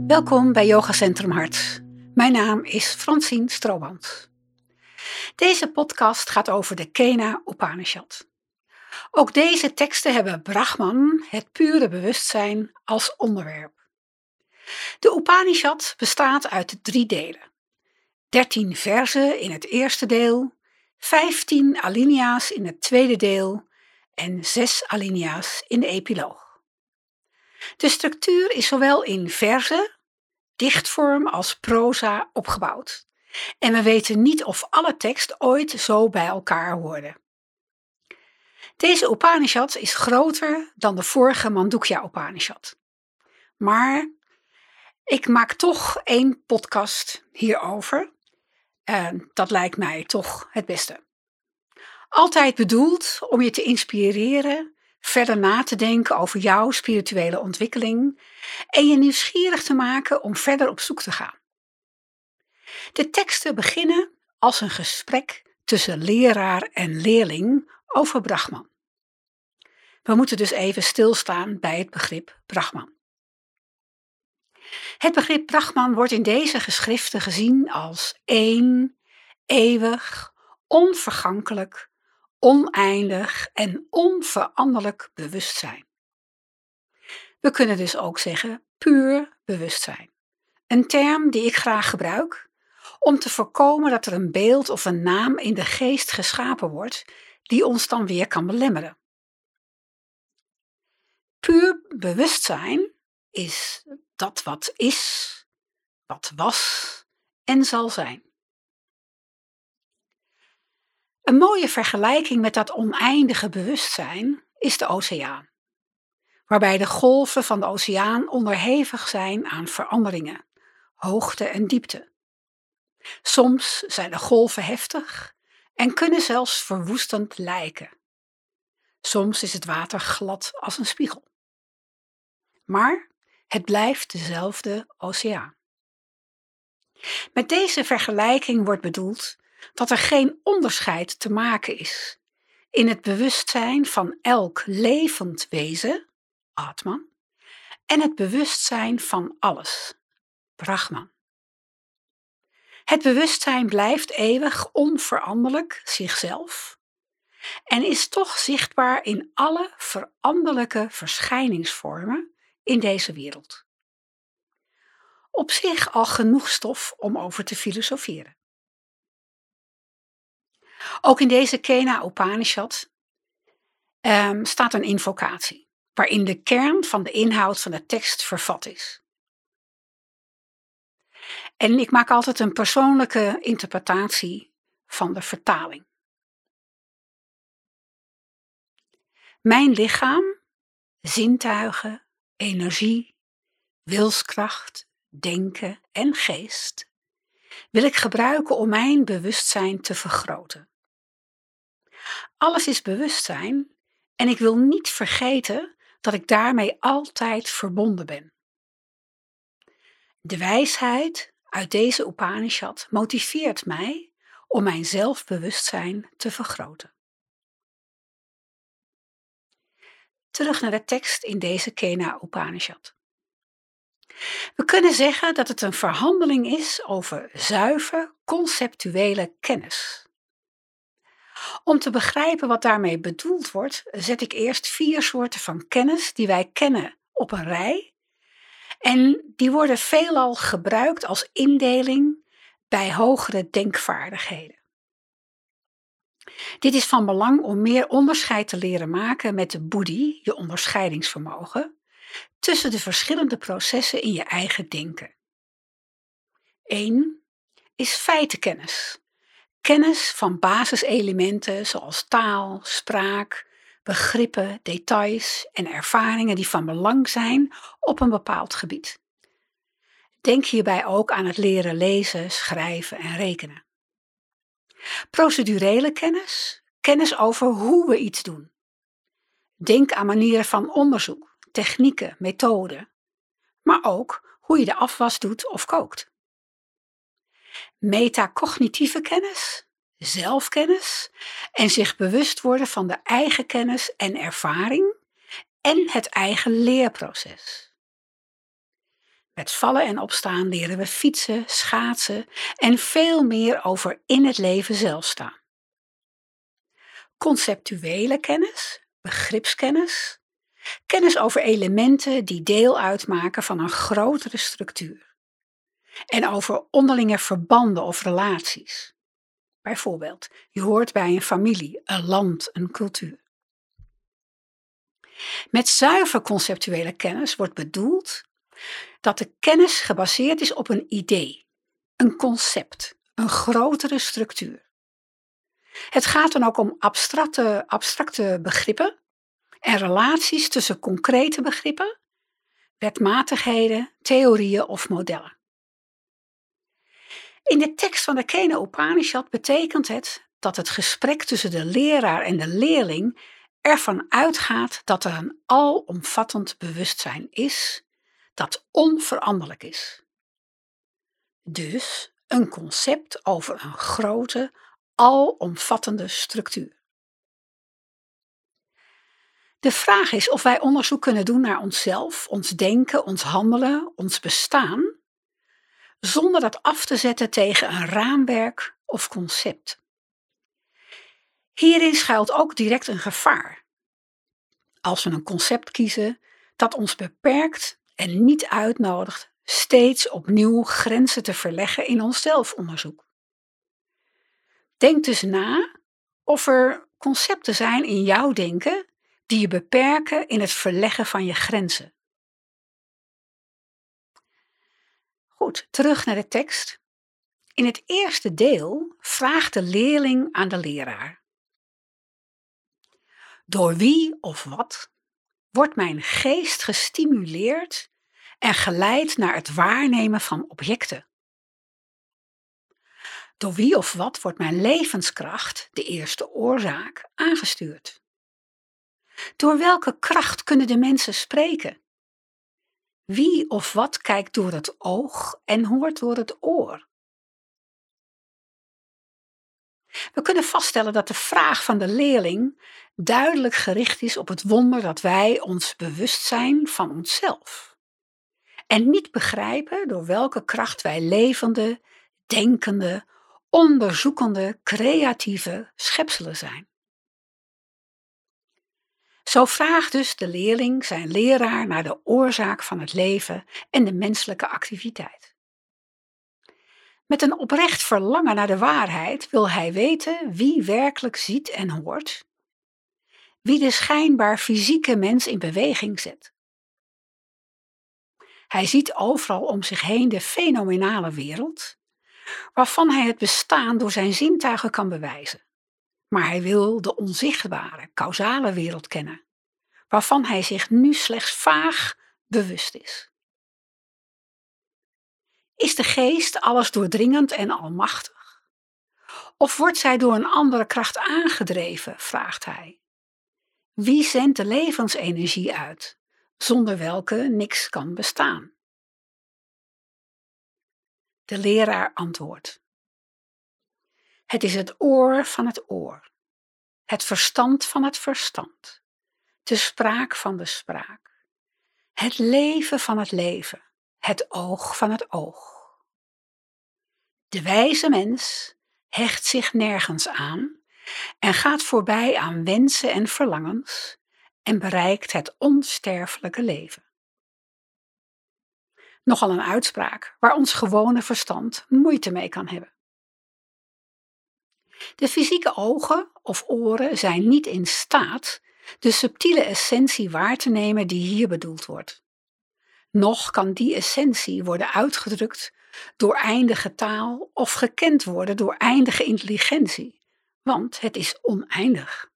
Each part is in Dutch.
Welkom bij Yoga Centrum Hart. Mijn naam is Francine Strooband. Deze podcast gaat over de Kena Upanishad. Ook deze teksten hebben Brahman, het pure bewustzijn, als onderwerp. De Upanishad bestaat uit 3 delen. 13 verzen in het eerste deel, 15 alinea's in het tweede deel en 6 alinea's in de epiloog. De structuur is zowel in verzen, dichtvorm als proza opgebouwd. En we weten niet of alle tekst ooit zo bij elkaar hoorde. Deze Upanishad is groter dan de vorige Mandukya Upanishad. Maar ik maak toch 1 podcast hierover. En dat lijkt mij toch het beste. Altijd bedoeld om je te inspireren, verder na te denken over jouw spirituele ontwikkeling en je nieuwsgierig te maken om verder op zoek te gaan. De teksten beginnen als een gesprek tussen leraar en leerling over Brahman. We moeten dus even stilstaan bij het begrip Brahman. Het begrip Brahman wordt in deze geschriften gezien als één, eeuwig, onvergankelijk, oneindig en onveranderlijk bewustzijn. We kunnen dus ook zeggen puur bewustzijn. Een term die ik graag gebruik om te voorkomen dat er een beeld of een naam in de geest geschapen wordt die ons dan weer kan belemmeren. Puur bewustzijn is dat wat is, wat was en zal zijn. Een mooie vergelijking met dat oneindige bewustzijn is de oceaan, waarbij de golven van de oceaan onderhevig zijn aan veranderingen, hoogte en diepte. Soms zijn de golven heftig en kunnen zelfs verwoestend lijken. Soms is het water glad als een spiegel. Maar het blijft dezelfde oceaan. Met deze vergelijking wordt bedoeld dat er geen onderscheid te maken is in het bewustzijn van elk levend wezen, Atman, en het bewustzijn van alles, Brahman. Het bewustzijn blijft eeuwig onveranderlijk zichzelf en is toch zichtbaar in alle veranderlijke verschijningsvormen in deze wereld. Op zich al genoeg stof om over te filosoferen. Ook in deze Kena Upanishad staat een invocatie, waarin de kern van de inhoud van de tekst vervat is. En ik maak altijd een persoonlijke interpretatie van de vertaling. Mijn lichaam, zintuigen, energie, wilskracht, denken en geest wil ik gebruiken om mijn bewustzijn te vergroten. Alles is bewustzijn en ik wil niet vergeten dat ik daarmee altijd verbonden ben. De wijsheid uit deze Upanishad motiveert mij om mijn zelfbewustzijn te vergroten. Terug naar de tekst in deze Kena Upanishad. We kunnen zeggen dat het een verhandeling is over zuiver conceptuele kennis. Om te begrijpen wat daarmee bedoeld wordt, zet ik eerst 4 soorten van kennis die wij kennen op een rij. En die worden veelal gebruikt als indeling bij hogere denkvaardigheden. Dit is van belang om meer onderscheid te leren maken met de buddhi, je onderscheidingsvermogen, tussen de verschillende processen in je eigen denken. 1 is feitenkennis. Kennis van basiselementen zoals taal, spraak, begrippen, details en ervaringen die van belang zijn op een bepaald gebied. Denk hierbij ook aan het leren lezen, schrijven en rekenen. Procedurele kennis, kennis over hoe we iets doen. Denk aan manieren van onderzoek, technieken, methoden, maar ook hoe je de afwas doet of kookt. Metacognitieve kennis, zelfkennis en zich bewust worden van de eigen kennis en ervaring en het eigen leerproces. Met vallen en opstaan leren we fietsen, schaatsen en veel meer over in het leven zelf staan. Conceptuele kennis, begripskennis, kennis over elementen die deel uitmaken van een grotere structuur. En over onderlinge verbanden of relaties. Bijvoorbeeld, je hoort bij een familie, een land, een cultuur. Met zuiver conceptuele kennis wordt bedoeld dat de kennis gebaseerd is op een idee, een concept, een grotere structuur. Het gaat dan ook om abstracte begrippen en relaties tussen concrete begrippen, wetmatigheden, theorieën of modellen. In de tekst van de Kena Upanishad betekent het dat het gesprek tussen de leraar en de leerling ervan uitgaat dat er een alomvattend bewustzijn is dat onveranderlijk is. Dus een concept over een grote, alomvattende structuur. De vraag is of wij onderzoek kunnen doen naar onszelf, ons denken, ons handelen, ons bestaan, zonder dat af te zetten tegen een raamwerk of concept. Hierin schuilt ook direct een gevaar. Als we een concept kiezen dat ons beperkt en niet uitnodigt steeds opnieuw grenzen te verleggen in ons zelfonderzoek. Denk dus na of er concepten zijn in jouw denken die je beperken in het verleggen van je grenzen. Goed, terug naar de tekst. In het eerste deel vraagt de leerling aan de leraar: door wie of wat wordt mijn geest gestimuleerd en geleid naar het waarnemen van objecten? Door wie of wat wordt mijn levenskracht, de eerste oorzaak, aangestuurd? Door welke kracht kunnen de mensen spreken? Wie of wat kijkt door het oog en hoort door het oor? We kunnen vaststellen dat de vraag van de leerling duidelijk gericht is op het wonder dat wij ons bewust zijn van onszelf. En niet begrijpen door welke kracht wij levende, denkende, onderzoekende, creatieve schepselen zijn. Zo vraagt dus de leerling zijn leraar naar de oorzaak van het leven en de menselijke activiteit. Met een oprecht verlangen naar de waarheid wil hij weten wie werkelijk ziet en hoort, wie de schijnbaar fysieke mens in beweging zet. Hij ziet overal om zich heen de fenomenale wereld, waarvan hij het bestaan door zijn zintuigen kan bewijzen. Maar hij wil de onzichtbare, causale wereld kennen, waarvan hij zich nu slechts vaag bewust is. Is de geest alles doordringend en almachtig? Of wordt zij door een andere kracht aangedreven, vraagt hij. Wie zendt de levensenergie uit, zonder welke niks kan bestaan? De leraar antwoordt: het is het oor van het oor, het verstand van het verstand, de spraak van de spraak, het leven van het leven, het oog van het oog. De wijze mens hecht zich nergens aan en gaat voorbij aan wensen en verlangens en bereikt het onsterfelijke leven. Nogal een uitspraak waar ons gewone verstand moeite mee kan hebben. De fysieke ogen of oren zijn niet in staat de subtiele essentie waar te nemen die hier bedoeld wordt. Noch kan die essentie worden uitgedrukt door eindige taal of gekend worden door eindige intelligentie, want het is oneindig.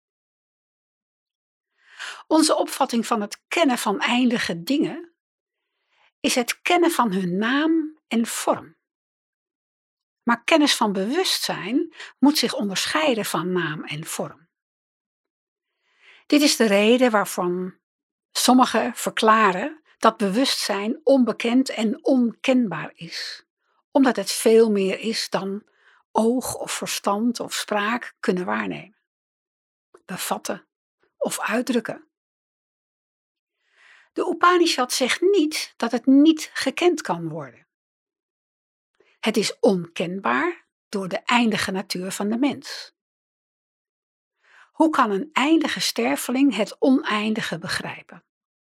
Onze opvatting van het kennen van eindige dingen is het kennen van hun naam en vorm. Maar kennis van bewustzijn moet zich onderscheiden van naam en vorm. Dit is de reden waarvan sommigen verklaren dat bewustzijn onbekend en onkenbaar is, omdat het veel meer is dan oog of verstand of spraak kunnen waarnemen, bevatten of uitdrukken. De Upanishad zegt niet dat het niet gekend kan worden. Het is onkenbaar door de eindige natuur van de mens. Hoe kan een eindige sterveling het oneindige begrijpen?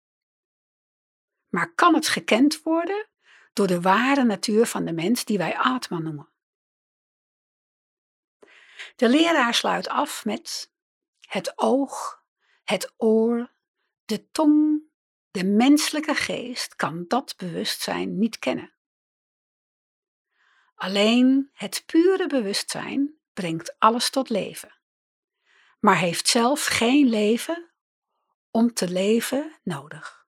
Maar kan het gekend worden door de ware natuur van de mens die wij Atma noemen? De leraar sluit af met: het oog, het oor, de tong, de menselijke geest kan dat bewustzijn niet kennen. Alleen het pure bewustzijn brengt alles tot leven, maar heeft zelf geen leven om te leven nodig.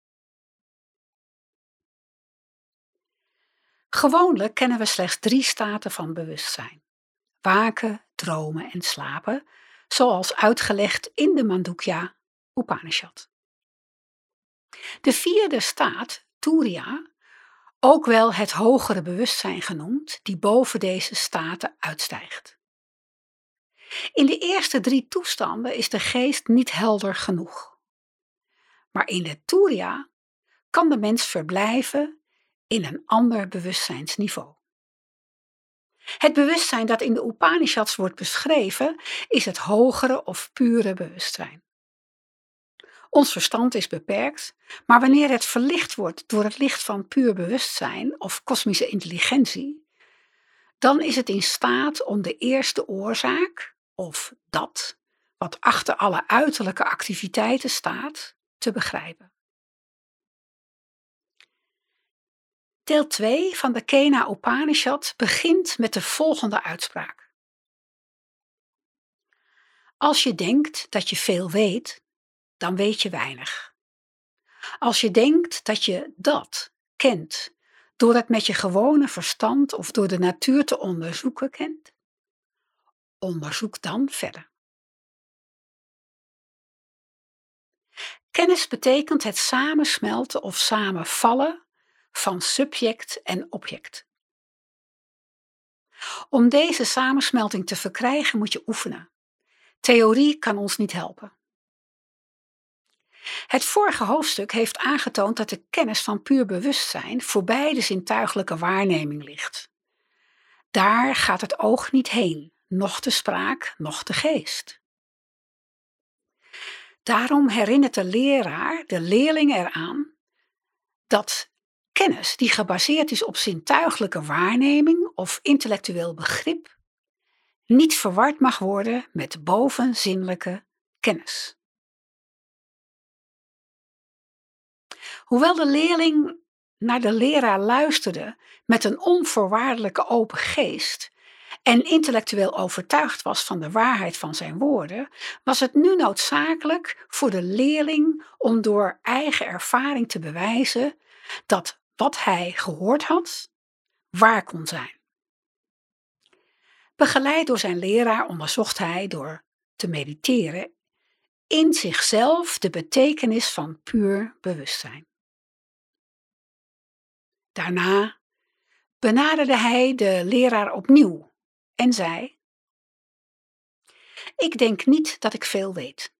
Gewoonlijk kennen we slechts 3 staten van bewustzijn: waken, dromen en slapen, zoals uitgelegd in de Mandukya Upanishad. De 4e staat, Turiya, ook wel het hogere bewustzijn genoemd, die boven deze staten uitstijgt. In de eerste 3 toestanden is de geest niet helder genoeg. Maar in de Turiya kan de mens verblijven in een ander bewustzijnsniveau. Het bewustzijn dat in de Upanishads wordt beschreven is het hogere of pure bewustzijn. Ons verstand is beperkt, maar wanneer het verlicht wordt door het licht van puur bewustzijn of kosmische intelligentie, dan is het in staat om de eerste oorzaak, of dat wat achter alle uiterlijke activiteiten staat, te begrijpen. Deel 2 van de Kena Upanishad begint met de volgende uitspraak. Als je denkt dat je veel weet, dan weet je weinig. Als je denkt dat je dat kent door het met je gewone verstand of door de natuur te onderzoeken kent, onderzoek dan verder. Kennis betekent het samensmelten of samenvallen van subject en object. Om deze samensmelting te verkrijgen moet je oefenen. Theorie kan ons niet helpen. Het vorige hoofdstuk heeft aangetoond dat de kennis van puur bewustzijn voorbij de zintuigelijke waarneming ligt. Daar gaat het oog niet heen, noch de spraak, noch de geest. Daarom herinnert de leraar de leerling eraan dat kennis die gebaseerd is op zintuiglijke waarneming of intellectueel begrip niet verward mag worden met bovenzinnelijke kennis. Hoewel de leerling naar de leraar luisterde met een onvoorwaardelijke open geest en intellectueel overtuigd was van de waarheid van zijn woorden, was het nu noodzakelijk voor de leerling om door eigen ervaring te bewijzen dat wat hij gehoord had, waar kon zijn. Begeleid door zijn leraar onderzocht hij door te mediteren in zichzelf de betekenis van puur bewustzijn. Daarna benaderde hij de leraar opnieuw en zei: ik denk niet dat ik veel weet.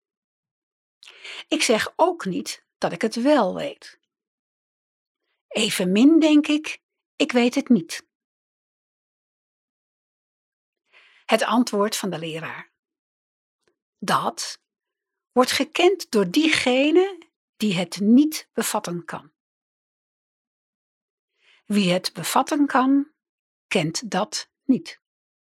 Ik zeg ook niet dat ik het wel weet. Evenmin denk ik weet het niet. Het antwoord van de leraar: dat wordt gekend door diegene die het niet bevatten kan. Wie het bevatten kan, kent dat niet.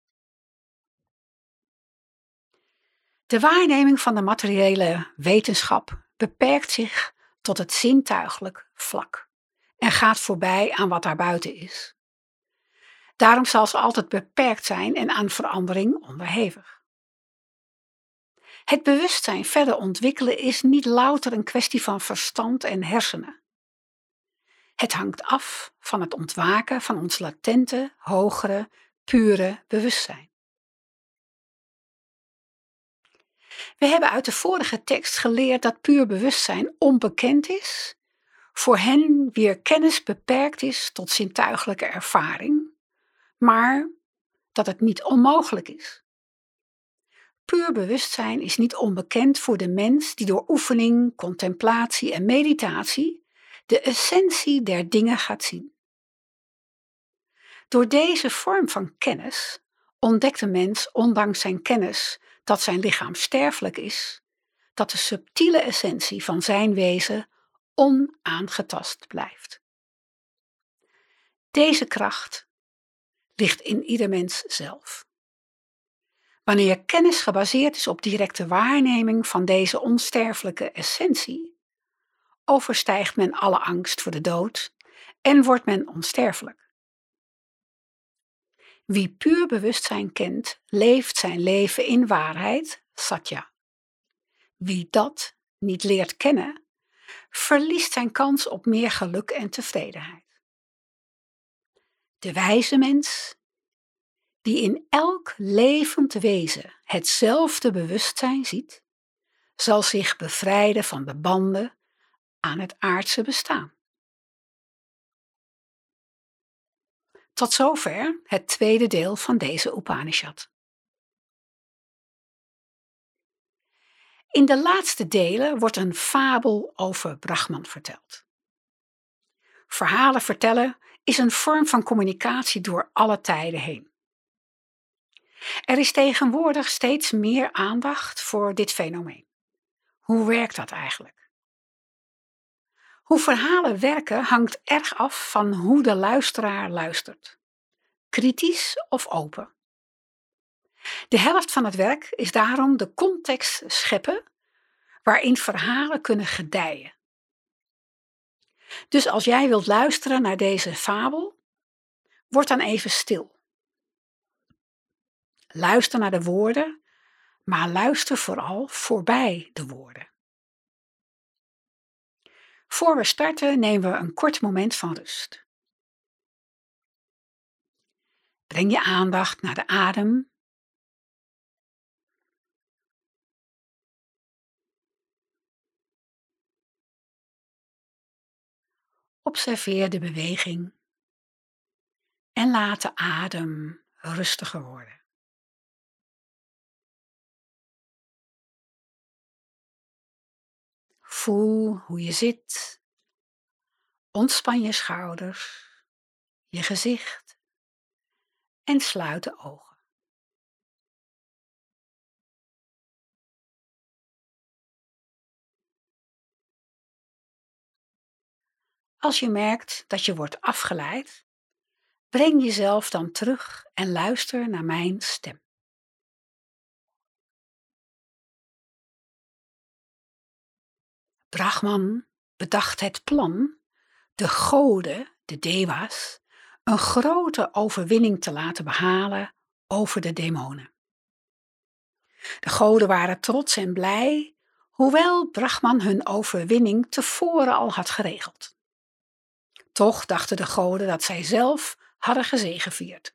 De waarneming van de materiële wetenschap beperkt zich tot het zintuigelijk vlak en gaat voorbij aan wat daarbuiten is. Daarom zal ze altijd beperkt zijn en aan verandering onderhevig. Het bewustzijn verder ontwikkelen is niet louter een kwestie van verstand en hersenen. Het hangt af van het ontwaken van ons latente, hogere, pure bewustzijn. We hebben uit de vorige tekst geleerd dat puur bewustzijn onbekend is voor hen wier kennis beperkt is tot zintuiglijke ervaring, maar dat het niet onmogelijk is. puur bewustzijn is niet onbekend voor de mens die door oefening, contemplatie en meditatie de essentie der dingen gaat zien. Door deze vorm van kennis ontdekt de mens, ondanks zijn kennis dat zijn lichaam sterfelijk is, dat de subtiele essentie van zijn wezen onaangetast blijft. Deze kracht ligt in ieder mens zelf. Wanneer kennis gebaseerd is op directe waarneming van deze onsterfelijke essentie, overstijgt men alle angst voor de dood en wordt men onsterfelijk. Wie puur bewustzijn kent, leeft zijn leven in waarheid, satya. Wie dat niet leert kennen, verliest zijn kans op meer geluk en tevredenheid. De wijze mens, die in elk levend wezen hetzelfde bewustzijn ziet, zal zich bevrijden van de banden aan het aardse bestaan. Tot zover het tweede deel van deze Upanishad. In de laatste delen wordt een fabel over Brahman verteld. Verhalen vertellen is een vorm van communicatie door alle tijden heen. Er is tegenwoordig steeds meer aandacht voor dit fenomeen. Hoe werkt dat eigenlijk? Hoe verhalen werken hangt erg af van hoe de luisteraar luistert. Kritisch of open. De helft van het werk is daarom de context scheppen waarin verhalen kunnen gedijen. Dus als jij wilt luisteren naar deze fabel, word dan even stil. Luister naar de woorden, maar luister vooral voorbij de woorden. Voor we starten nemen we een kort moment van rust. Breng je aandacht naar de adem. Observeer de beweging en laat de adem rustiger worden. Voel hoe je zit. Ontspan je schouders, je gezicht en sluit de ogen. Als je merkt dat je wordt afgeleid, breng jezelf dan terug en luister naar mijn stem. Brahman bedacht het plan de goden, de deva's, een grote overwinning te laten behalen over de demonen. De goden waren trots en blij, hoewel Brahman hun overwinning tevoren al had geregeld. Toch dachten de goden dat zij zelf hadden gezegevierd.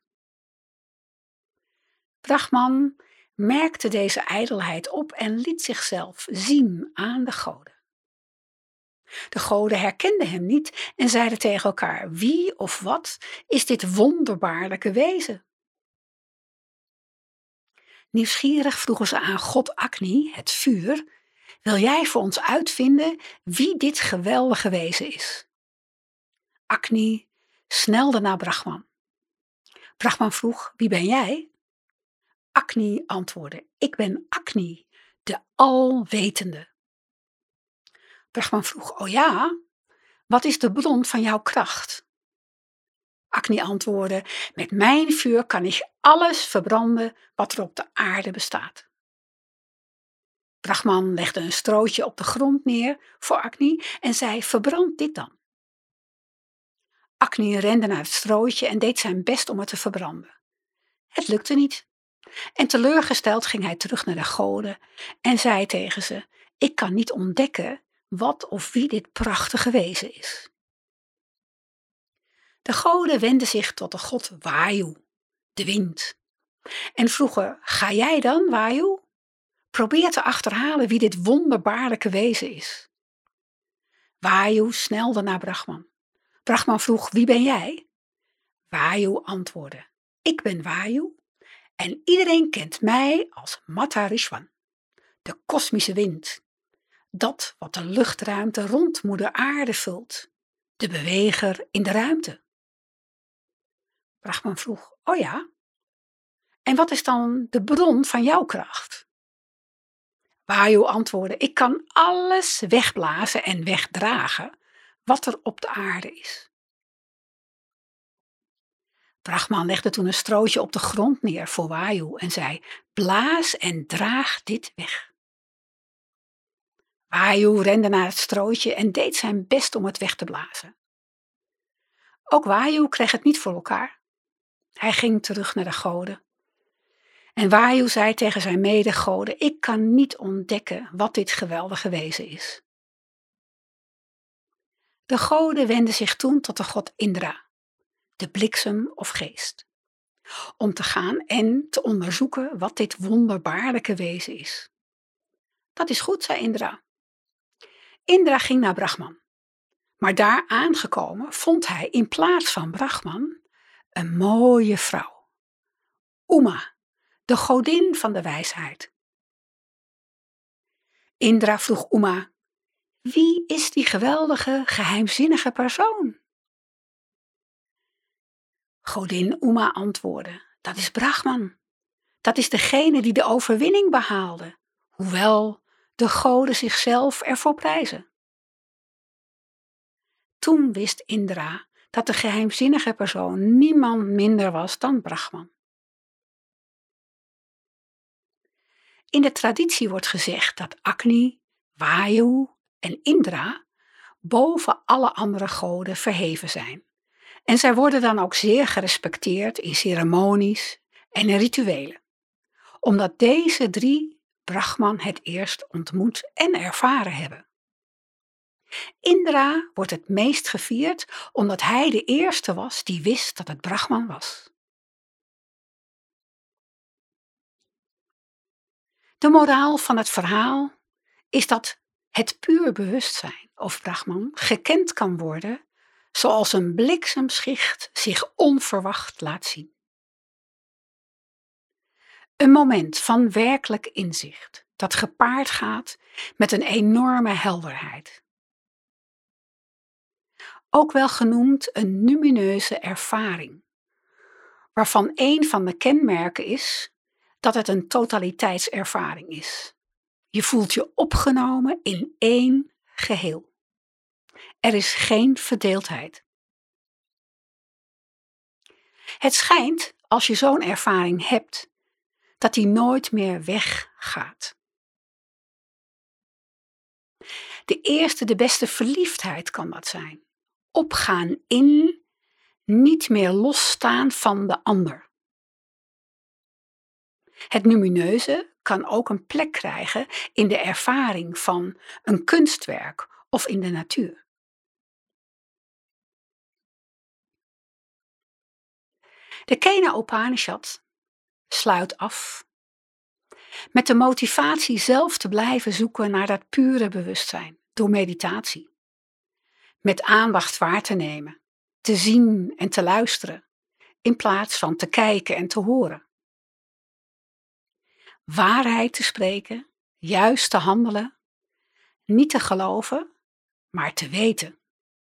Brahman merkte deze ijdelheid op en liet zichzelf zien aan de goden. De goden herkenden hem niet en zeiden tegen elkaar: wie of wat is dit wonderbaarlijke wezen? Nieuwsgierig vroegen ze aan god Agni, het vuur: wil jij voor ons uitvinden wie dit geweldige wezen is? Agni snelde naar Brahman. Brahman vroeg: wie ben jij? Agni antwoordde: ik ben Agni, de alwetende. Brahman vroeg: oh ja, wat is de bron van jouw kracht? Agni antwoordde: met mijn vuur kan ik alles verbranden wat er op de aarde bestaat. Brahman legde een strootje op de grond neer voor Agni en zei: verbrand dit dan. Agni rende naar het strootje en deed zijn best om het te verbranden. Het lukte niet. En teleurgesteld ging hij terug naar de goden en zei tegen ze: ik kan niet ontdekken wat of wie dit prachtige wezen is. De goden wendden zich tot de god Vayu, de wind, en vroegen: ga jij dan, Vayu? Probeer te achterhalen wie dit wonderbaarlijke wezen is. Vayu snelde naar Brahman. Brahman vroeg: wie ben jij? Vayu antwoordde: ik ben Vayu En iedereen kent mij als Matarishwan, de kosmische wind. Dat wat de luchtruimte rond moeder aarde vult. De beweger in de ruimte. Brahman vroeg, oh ja? En wat is dan de bron van jouw kracht? Vayu antwoordde, ik kan alles wegblazen en wegdragen wat er op de aarde is. Brahman legde toen een strootje op de grond neer voor Vayu en zei, blaas en draag dit weg. Vayu rende naar het strootje en deed zijn best om het weg te blazen. Ook Vayu kreeg het niet voor elkaar. Hij ging terug naar de goden. En Vayu zei tegen zijn medegoden, ik kan niet ontdekken wat dit geweldige wezen is. De goden wendden zich toen tot de god Indra, de bliksem of geest, om te gaan en te onderzoeken wat dit wonderbaarlijke wezen is. Dat is goed, zei Indra. Indra ging naar Brahman, maar daar aangekomen vond hij in plaats van Brahman een mooie vrouw, Uma, de godin van de wijsheid. Indra vroeg Uma, wie is die geweldige, geheimzinnige persoon? Godin Uma antwoordde, dat is Brahman. Dat is degene die de overwinning behaalde, hoewel de goden zichzelf ervoor prijzen. Toen wist Indra dat de geheimzinnige persoon niemand minder was dan Brahman. In de traditie wordt gezegd dat Agni, Vayu en Indra boven alle andere goden verheven zijn. En zij worden dan ook zeer gerespecteerd in ceremonies en in rituelen, omdat deze drie Brahman het eerst ontmoet en ervaren hebben. Indra wordt het meest gevierd omdat hij de eerste was die wist dat het Brahman was. De moraal van het verhaal is dat het puur bewustzijn of Brahman gekend kan worden zoals een bliksemschicht zich onverwacht laat zien. Een moment van werkelijk inzicht dat gepaard gaat met een enorme helderheid. Ook wel genoemd een lumineuze ervaring, waarvan een van de kenmerken is dat het een totaliteitservaring is. Je voelt je opgenomen in één geheel. Er is geen verdeeldheid. Het schijnt, als je zo'n ervaring hebt, dat die nooit meer weggaat. De eerste, de beste verliefdheid kan dat zijn. Opgaan in, niet meer losstaan van de ander. Het lumineuze kan ook een plek krijgen in de ervaring van een kunstwerk of in de natuur. De Kena Upanishad sluit af met de motivatie zelf te blijven zoeken naar dat pure bewustzijn door meditatie. Met aandacht waar te nemen, te zien en te luisteren, in plaats van te kijken en te horen. Waarheid te spreken, juist te handelen, niet te geloven, maar te weten.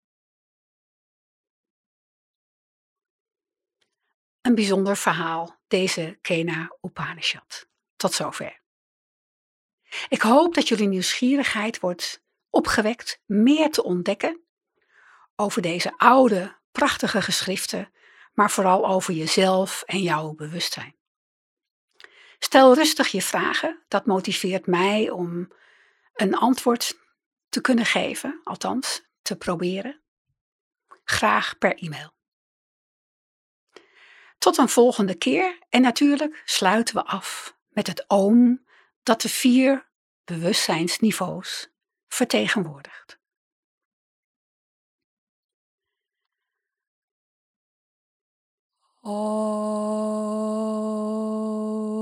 Een bijzonder verhaal, deze Kena Upanishad. Tot zover. Ik hoop dat jullie nieuwsgierigheid wordt opgewekt meer te ontdekken over deze oude, prachtige geschriften, maar vooral over jezelf en jouw bewustzijn. Stel rustig je vragen, dat motiveert mij om een antwoord te kunnen geven, althans te proberen. Graag per e-mail. Tot een volgende keer en natuurlijk sluiten we af met het oom dat de 4 bewustzijnsniveaus vertegenwoordigt. Om.